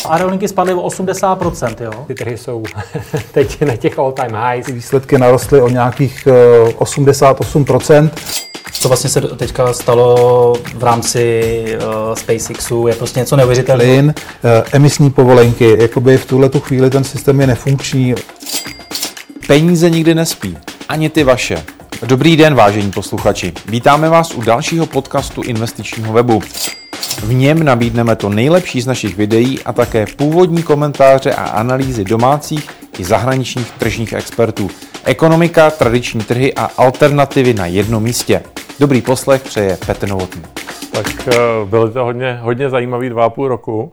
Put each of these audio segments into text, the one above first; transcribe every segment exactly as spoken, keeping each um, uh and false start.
Aerolinky spadly o osmdesát procent, jo? Ty trhy jsou teď na těch all time highs. Výsledky narostly o nějakých osmdesát osm procent. Co vlastně se teďka stalo v rámci uh, SpaceXu, je prostě něco neuvěřitelného. Plyn, uh, emisní povolenky, jakoby v tuhletu chvíli ten systém je nefunkční. Peníze nikdy nespí, ani ty vaše. Dobrý den, vážení posluchači. Vítáme vás u dalšího podcastu investičního webu. V něm nabídneme to nejlepší z našich videí a také původní komentáře a analýzy domácích i zahraničních tržních expertů. Ekonomika, tradiční trhy a alternativy na jednom místě. Dobrý poslech přeje Petr Novotný. Tak bylo to hodně, hodně zajímavý dva a půl roku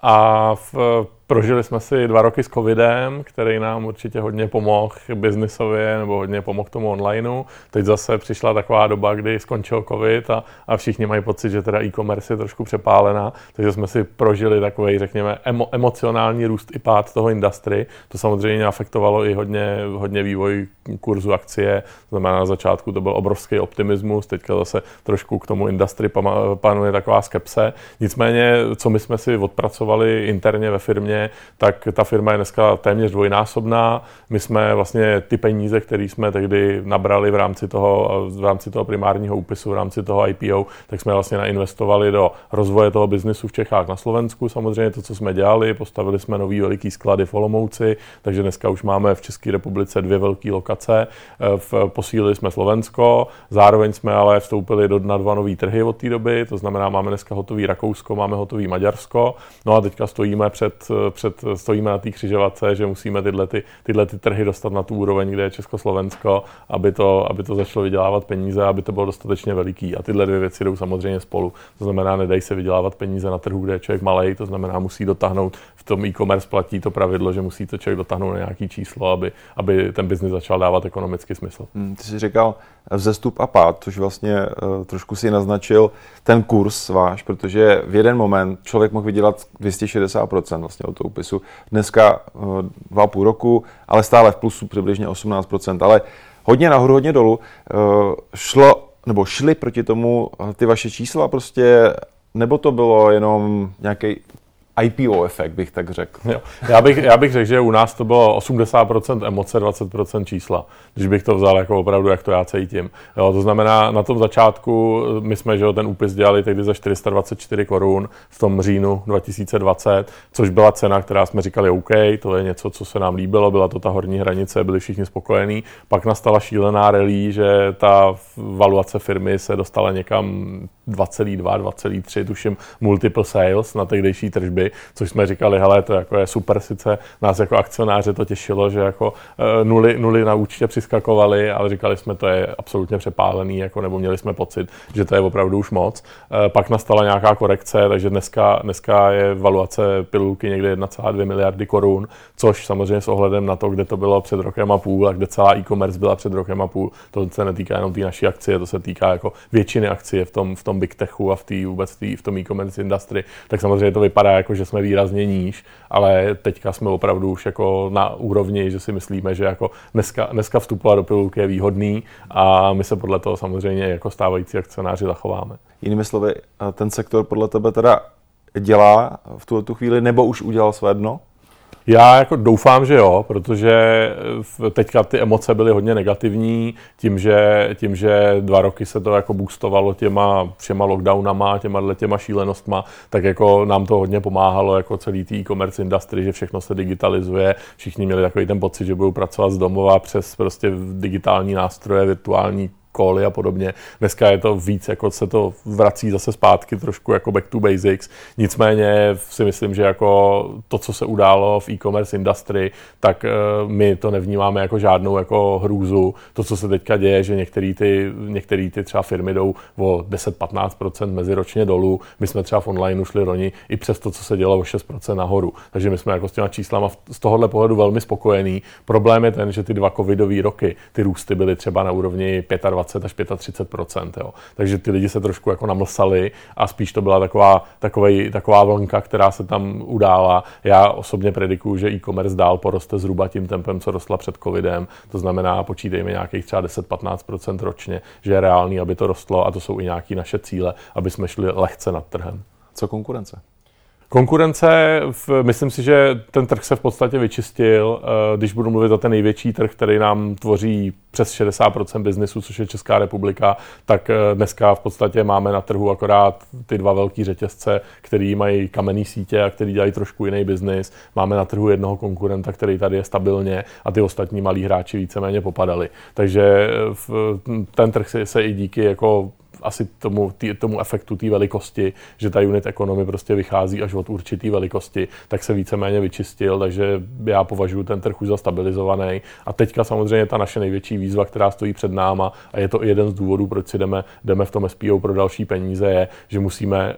a v, prožili jsme si dva roky s covidem, který nám určitě hodně pomohl biznisově nebo hodně pomohl tomu onlineu. Teď zase přišla taková doba, kdy skončil covid a, a všichni mají pocit, že teda e-commerce je trošku přepálená, takže jsme si prožili takový, řekněme, emo, emocionální růst i pád toho industry. To samozřejmě afektovalo i hodně, hodně vývoj kurzu akcie, to znamená na začátku to byl obrovský optimismus, teďka zase trošku k tomu industry panuje taková skepse. Nicméně, co my jsme si odpracovali interně ve firmě, tak ta firma je dneska téměř dvojnásobná. My jsme vlastně ty peníze, které jsme tehdy nabrali v rámci toho, v rámci toho primárního úpisu, v rámci toho I P O, tak jsme vlastně nainvestovali do rozvoje toho biznesu v Čechách, na Slovensku. Samozřejmě to, co jsme dělali, postavili jsme nový veliký sklady v Olomouci, takže dneska už máme v České republice dvě velké lokace. Posílili jsme Slovensko, zároveň jsme ale vstoupili do, na dva nový trhy od té doby, to znamená, máme dneska hotový Rakousko, máme hotový Maďarsko. No a teďka stojíme před Před, stojíme na té křižovatce, že musíme tyhle, ty, tyhle ty trhy dostat na tu úroveň, kde je Československo, aby to, aby to začalo vydělávat peníze, aby to bylo dostatečně veliký. A tyhle dvě věci jdou samozřejmě spolu. To znamená, nedají se vydělávat peníze na trhu, kde je člověk malej, to znamená, musí dotáhnout, v tom e-commerce platí to pravidlo, že musí to člověk dotáhnout na nějaké číslo, aby, aby ten biznis začal dávat ekonomický smysl. Hmm, ty jsi říkal vzestup a pád, což vlastně uh, trošku si naznačil ten kurz váš, protože v jeden moment člověk mohl vydělat dvě stě šedesát procent vlastně od toho úpisu. Dneska uh, dva a půl roku, ale stále v plusu přibližně osmnáct procent, ale hodně nahoru, hodně dolů. Uh, šlo, nebo šli proti tomu uh, ty vaše čísla prostě, nebo to bylo jenom nějaký I P O efekt, bych tak řekl. Jo. Já, bych, já bych řekl, že u nás to bylo osmdesát procent emoce, dvacet procent čísla. Když bych to vzal jako opravdu, jak to já cítím. Jo, to znamená, na tom začátku, my jsme že ten úpis dělali tehdy za čtyři sta dvacet čtyři korun v tom říjnu dva tisíce dvacet, což byla cena, která jsme říkali OK, to je něco, co se nám líbilo, byla to ta horní hranice, byli všichni spokojení. Pak nastala šílená rally, že ta valuace firmy se dostala někam dva celá dva, dva celá tři, tuším, multiple sales na tehdejší tržby, což jsme říkali, hele, to jako je super, sice nás jako akcionáře to těšilo, že jako uh, nuly, nuly na účtě přiskakovaly, ale říkali jsme, to je absolutně přepálený, jako, nebo měli jsme pocit, že to je opravdu už moc. Uh, pak nastala nějaká korekce, takže dneska, dneska je valuace pilulky někde jedna celá dvě miliardy korun, což samozřejmě s ohledem na to, kde to bylo před rokem a půl a kde celá e-commerce byla před rokem a půl, to se netýká jenom té naší akcie, to se týká jako většiny akcie v tom, v tom big techu a v, tý, vůbec tý, v tom e-commerce industry, tak samozřejmě to vypadá jako, že jsme výrazně níž, ale teďka jsme opravdu už jako na úrovni, že si myslíme, že jako dneska, dneska vstupovat do pilulky je výhodný a my se podle toho samozřejmě jako stávající akcionáři zachováme. Jinými slovy, ten sektor podle tebe teda dělá v tuto chvíli nebo už udělal své dno? Já jako doufám, že jo, protože teďka ty emoce byly hodně negativní, tím, že, tím, že dva roky se to jako boostovalo těma všema lockdownama, těma, těma šílenostma, tak jako nám to hodně pomáhalo jako celý tý e-commerce industry, že všechno se digitalizuje, všichni měli takový ten pocit, že budou pracovat z domova přes prostě digitální nástroje, virtuální koly a podobně. Dneska je to víc, jako se to vrací zase zpátky trošku jako back to basics. Nicméně si myslím, že jako to, co se událo v e-commerce industry, tak uh, my to nevnímáme jako žádnou jako hrůzu. To, co se teďka děje, že některé ty, některé ty třeba firmy jdou o deset až patnáct procent meziročně dolů. My jsme třeba v onlineu šli loni i přes to, co se dělo o šest procent nahoru. Takže my jsme jako s těma číslama z tohohle pohledu velmi spokojení. Problém je ten, že ty dva covidové roky, ty růsty byly třeba na úrovni dvacet pět až třicet pět procent. Jo. Takže ty lidi se trošku jako namlsali a spíš to byla taková, takovej, taková vlnka, která se tam udála. Já osobně predikuju, že e-commerce dál poroste zhruba tím tempem, co rostla před covidem. To znamená, počítejme nějakých třeba deset až patnáct procent ročně, že je reálný, aby to rostlo, a to jsou i nějaké naše cíle, aby jsme šli lehce nad trhem. Co konkurence? Konkurence, v, myslím si, že ten trh se v podstatě vyčistil. Když budu mluvit za ten největší trh, který nám tvoří přes šedesát procent biznesu, což je Česká republika, tak dneska v podstatě máme na trhu akorát ty dva velký řetězce, který mají kamenný sítě a který dělají trošku jiný biznis. Máme na trhu jednoho konkurenta, který tady je stabilně a ty ostatní malí hráči víceméně popadali. Takže v, ten trh se, se i díky jako asi tomu, tý, tomu efektu té velikosti, že ta unit economy prostě vychází až od určité velikosti, tak se víceméně vyčistil, takže já považuji ten trh už za stabilizovaný. A teďka samozřejmě ta naše největší výzva, která stojí před náma, a je to i jeden z důvodů, proč si jdeme, jdeme v tom S P O pro další peníze, je, že musíme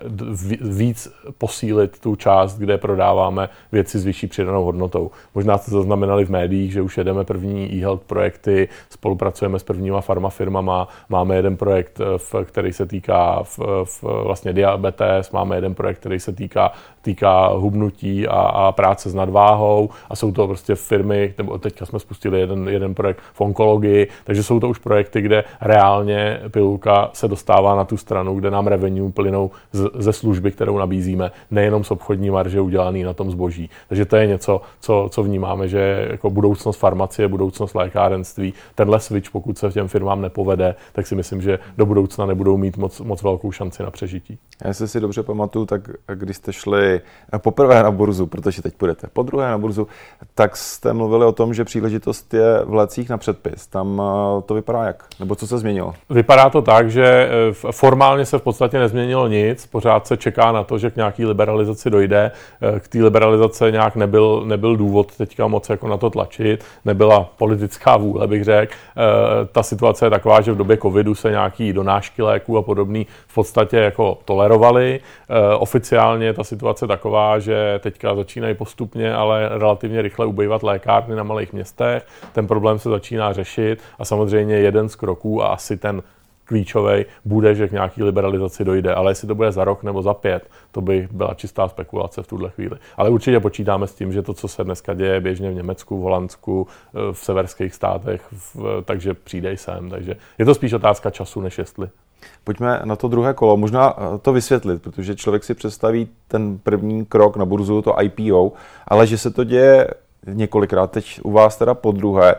víc posílit tu část, kde prodáváme věci s vyšší přidanou hodnotou. Možná jste zaznamenali v médiích, že už jedeme první e-health projekty, spolupracujeme s prvníma farmafirmama, máme jeden projekt, v, který se týká v, v vlastně diabetes, máme jeden projekt, který se týká, týká hubnutí a, a práce s nadváhou a jsou to prostě firmy, nebo teďka jsme spustili jeden, jeden projekt v onkologii, takže jsou to už projekty, kde reálně pilulka se dostává na tu stranu, kde nám revenue plynou z, ze služby, kterou nabízíme, nejenom z obchodní marže udělaný na tom zboží. Takže to je něco, co, co vnímáme, že jako budoucnost farmacie, budoucnost lékárenství, tenhle switch, pokud se těm firmám nepovede, tak si myslím, že do budoucna nebudou mít moc, moc velkou šanci na přežití. Já si si dobře pamatuju, tak když jste šli poprvé na burzu, protože teď půjdete po druhé na burzu, tak jste mluvili o tom, že příležitost je v lécích na předpis. Tam to vypadá jak? Nebo co se změnilo? Vypadá to tak, že formálně se v podstatě nezměnilo nic, pořád se čeká na to, že k nějaký liberalizaci dojde. K té liberalizace nějak nebyl, nebyl důvod teďka moc jako na to tlačit, nebyla politická vůle, bych řekl. Ta situace je taková, že v době covidu se nějaký donášky léků a podobný v podstatě jako tolerovali. Oficiálně ta situace je taková, že teďka začínají postupně, ale relativně rychle ubývat lékárny na malých městech. Ten problém se začíná řešit a samozřejmě jeden z kroků a asi ten klíčový bude, že k nějaký liberalizaci dojde. Ale jestli to bude za rok nebo za pět, to by byla čistá spekulace v tuhle chvíli. Ale určitě počítáme s tím, že to, co se dneska děje běžně v Německu, v Holandsku, v severských státech, v, takže přijde sem. Takže je to spíš otázka času, než jestli. Pojďme na to druhé kolo. Možná to vysvětlit, protože člověk si představí ten první krok na burzu, to I P O, ale že se to děje několikrát, teď u vás teda po druhé,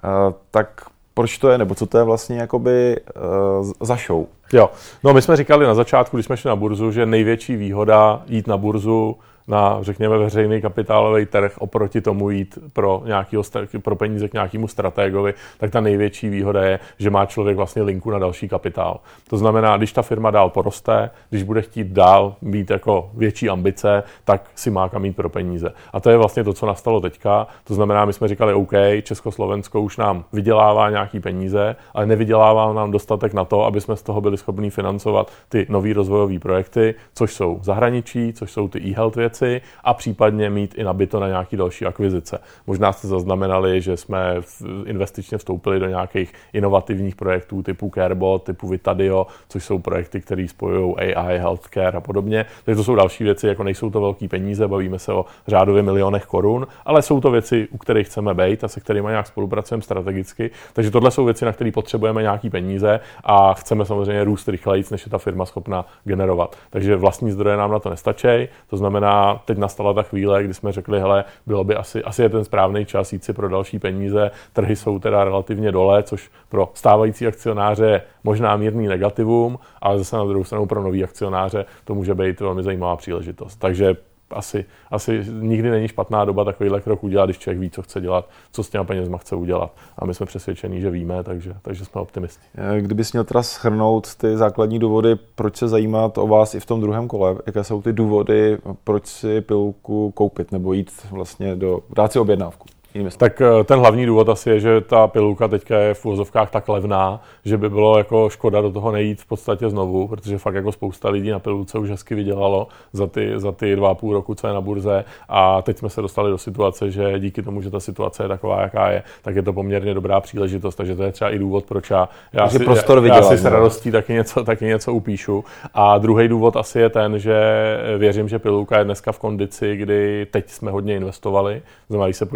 tak proč to je, nebo co to je vlastně jakoby uh, za show? Jo, no my jsme říkali na začátku, když jsme šli na burzu, že největší výhoda jít na burzu na, řekněme, veřejný kapitálový trh oproti tomu jít pro, nějakýho, pro peníze k nějakému strategovi, tak ta největší výhoda je, že má člověk vlastně linku na další kapitál. To znamená, když ta firma dál poroste, když bude chtít dál mít jako větší ambice, tak si má kam mít pro peníze. A to je vlastně to, co nastalo teďka. To znamená, my jsme říkali, OK, Československo už nám vydělává nějaký peníze, ale nevydělává nám dostatek na to, aby jsme z toho byli schopni financovat ty nový rozvojové projekty, což jsou zahraničí, což jsou ty e-health věci, a případně mít i nabito na nějaký další akvizice. Možná jste zaznamenali, že jsme investičně vstoupili do nějakých inovativních projektů typu Carebot, typu Vitadio, což jsou projekty, které spojují A I, healthcare a podobně. Takže to jsou další věci, jako nejsou to velké peníze, bavíme se o řádově milionech korun, ale jsou to věci, u kterých chceme být a se kterými nějak spolupracujeme strategicky. Takže tohle jsou věci, na které potřebujeme nějaký peníze a chceme samozřejmě růst rychleji, než je ta firma schopna generovat. Takže vlastní zdroje nám na to nestačí. To znamená, teď nastala ta chvíle, kdy jsme řekli, hele, bylo by asi, asi je ten správný čas jít si pro další peníze. Trhy jsou teda relativně dole, což pro stávající akcionáře je možná mírný negativum, ale zase na druhou stranu pro nový akcionáře to může být velmi zajímavá příležitost. Takže asi, asi nikdy není špatná doba takovýhle krok udělat, když člověk ví, co chce dělat, co s těma penězma chce udělat. A my jsme přesvědčení, že víme, takže, takže jsme optimisti. Kdybys měl teda shrnout ty základní důvody, proč se zajímat o vás i v tom druhém kole, jaké jsou ty důvody, proč si pilulku koupit nebo jít vlastně do, dát si objednávku? Tak ten hlavní důvod asi je, že ta pilulka teďka je v uvozovkách tak levná, že by bylo jako škoda do toho nejít v podstatě znovu, protože fakt jako spousta lidí na pilulce už hezky vydělalo za ty, za ty dva a půl roku, co je na burze, a teď jsme se dostali do situace, že díky tomu, že ta situace je taková, jaká je, tak je to poměrně dobrá příležitost, takže to je třeba i důvod, proč já, já, si, prostor já, vydělat, já si s radostí taky něco, taky něco upíšu. A druhý důvod asi je ten, že věřím, že pilulka je dneska v kondici, kdy teď jsme hodně investovali. Znamená, když se podíváme na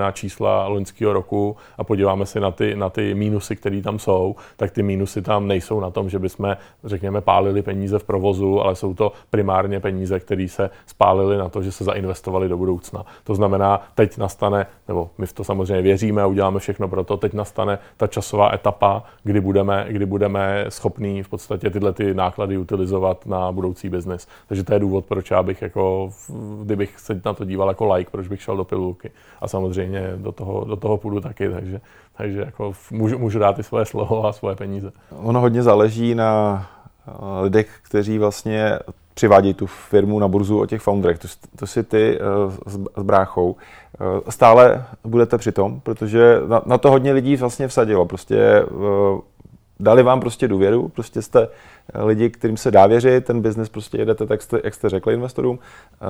na čísla loňského roku a podíváme se na ty, na ty mínusy, které tam jsou, tak ty mínusy tam nejsou na tom, že bychom, řekněme, pálili peníze v provozu, ale jsou to primárně peníze, které se spálily na to, že se zainvestovali do budoucna. To znamená, teď nastane, nebo my v to samozřejmě věříme a uděláme všechno pro to, teď nastane ta časová etapa, kdy budeme, kdy budeme schopní v podstatě tyhle ty náklady utilizovat na budoucí biznis. Takže to je důvod, proč já bych jako, kdybych se na to díval jako like, proč bych šel do pilulky. A samozřejmě do toho, do toho půjdu taky, takže, takže jako můžu, můžu dát i svoje slovo a svoje peníze. Ono hodně záleží na lidech, kteří vlastně přivádějí tu firmu na burzu o těch founderech. To, to si ty s, s bráchou. Stále budete při tom, protože na, na to hodně lidí vlastně vsadilo. Prostě dali vám prostě důvěru, prostě jste lidi, kterým se dá věřit, ten biznes prostě jedete, tak jste, jak jste řekli investorům.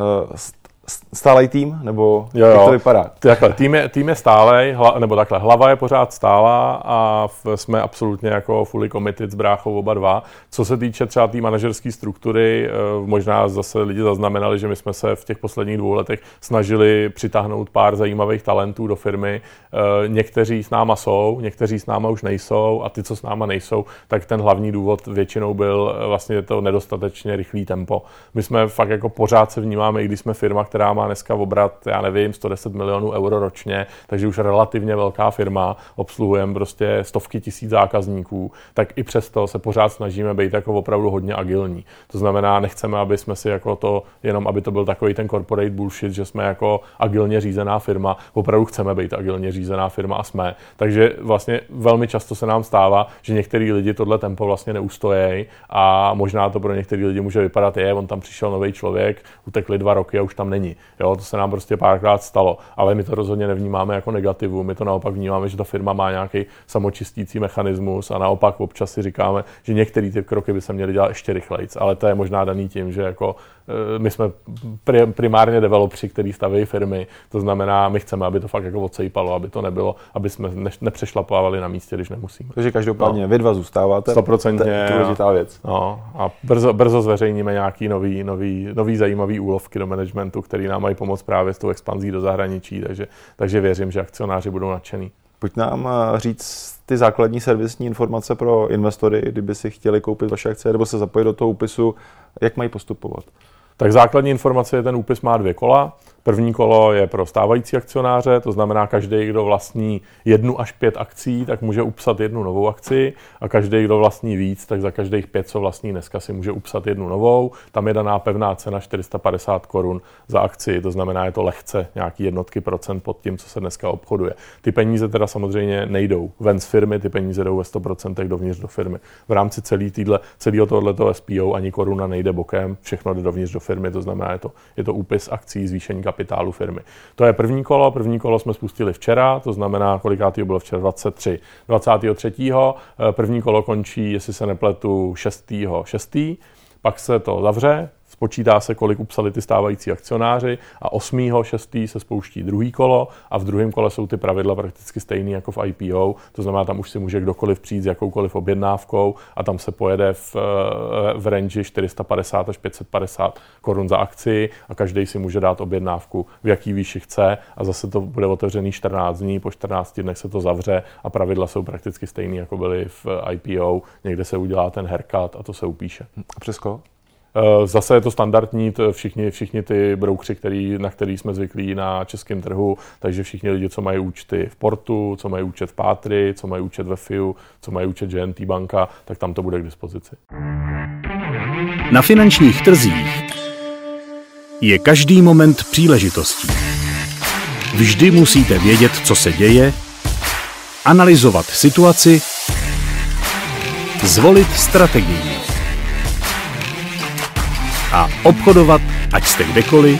Stálej tým, nebo jo, jak to vypadá? Takhle, tým je, tým je stálej, hla, nebo takhle, hlava je pořád stálá a v, jsme absolutně jako fully committed s bráchou oba dva. Co se týče třeba té manažerské struktury, možná zase lidi zaznamenali, že my jsme se v těch posledních dvou letech snažili přitáhnout pár zajímavých talentů do firmy. Někteří s náma jsou, někteří s náma už nejsou a ty, co s náma nejsou, tak ten hlavní důvod většinou byl vlastně to nedostatečně rychlý tempo. My jsme fakt jako pořád se vnímáme, i když jsme firma, která má dneska obrat, já nevím, sto deset milionů euro ročně, takže už relativně velká firma, obsluhujeme prostě stovky tisíc zákazníků, tak i přesto se pořád snažíme být jako opravdu hodně agilní. To znamená, nechceme, aby jsme si jako to, jenom aby to byl takový ten corporate bullshit, že jsme jako agilně řízená firma, opravdu chceme být agilně řízená firma a jsme. Takže vlastně velmi často se nám stává, že některý lidi tohle tempo vlastně neustojí a možná to pro některý lidi může vypadat, je, on tam přišel nový člověk, utekli dva roky a už tam není. Jo, to se nám prostě párkrát stalo, ale my to rozhodně nevnímáme jako negativu, my to naopak vnímáme, že ta firma má nějaký samočistící mechanismus a naopak občas si říkáme, že některé ty kroky by se měly dělat ještě rychleji, ale to je možná daný tím, že jako my jsme primárně developři, který staví firmy, to znamená, my chceme, aby to fakt jako odsejpalo, aby to nebylo, aby jsme nepřešlapávali na místě, když nemusíme. Takže každopádně no. Vy dva zůstáváte, sto procent důležitá věc. No, a brzo, brzo zveřejníme nějaký nový, nový, nový zajímavý úlovky do managementu, který nám mají pomoct právě s tou expanzí do zahraničí, takže, takže věřím, že akcionáři budou nadšený. Pojď nám říct ty základní servisní informace pro investory, kdyby si chtěli koupit vaše akcie nebo se zapojit do toho úpisu, jak mají postupovat? Tak základní informace je, ten úpis má dvě kola. První kolo je pro stávající akcionáře, to znamená každý, kdo vlastní jednu až pět akcí, tak může upsat jednu novou akci a každý, kdo vlastní víc, tak za každých pět, co vlastní dneska, si může upsat jednu novou. Tam je daná pevná cena čtyři sta padesát korun za akci, to znamená, je to lehce nějaký jednotky procent pod tím, co se dneska obchoduje. Ty peníze teda samozřejmě nejdou ven z firmy, ty peníze jdou ve sto procent dovnitř do firmy. V rámci celý týhle, celého tohoto S P O ani koruna nejde bokem, všechno jde dovnitř do firmy, to znamená, je to, je to úpis akcí, zvýšení kapitálu firmy. To je první kolo, první kolo jsme spustili včera, to znamená, kolikátýho bylo včera, dvacet tři. dvacátého třetího První kolo končí, jestli se nepletu, šestého šestého Pak se to zavře, spočítá se, kolik upsali ty stávající akcionáři a osmého šestého se spouští druhý kolo a v druhém kole jsou ty pravidla prakticky stejné jako v I P O, to znamená, tam už si může kdokoliv přijít s jakoukoliv objednávkou a tam se pojede v, v range čtyři sta padesát až pět set padesát korun za akci a každý si může dát objednávku, v jaký výši chce a zase to bude otevřený čtrnáct dní, po čtrnácti dnech se to zavře a pravidla jsou prakticky stejné, jako byly v I P O, někde se udělá ten haircut a to se upíše. A přes koho? Zase je to standardní, to všichni, všichni ty broukři, který, na který jsme zvyklí na českém trhu, takže všichni lidi, co mají účty v Portu, co mají účet v Pátry, co mají účet ve F I U, co mají účet G N T banka, tak tam to bude k dispozici. Na finančních trzích je každý moment příležitostí. Vždy musíte vědět, co se děje, analyzovat situaci, zvolit strategii a obchodovat, ať jste kdekoliv,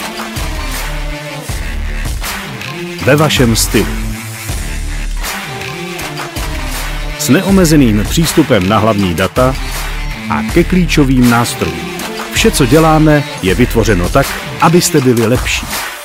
ve vašem stylu. S neomezeným přístupem na hlavní data a ke klíčovým nástrojům. Vše, co děláme, je vytvořeno tak, abyste byli lepší.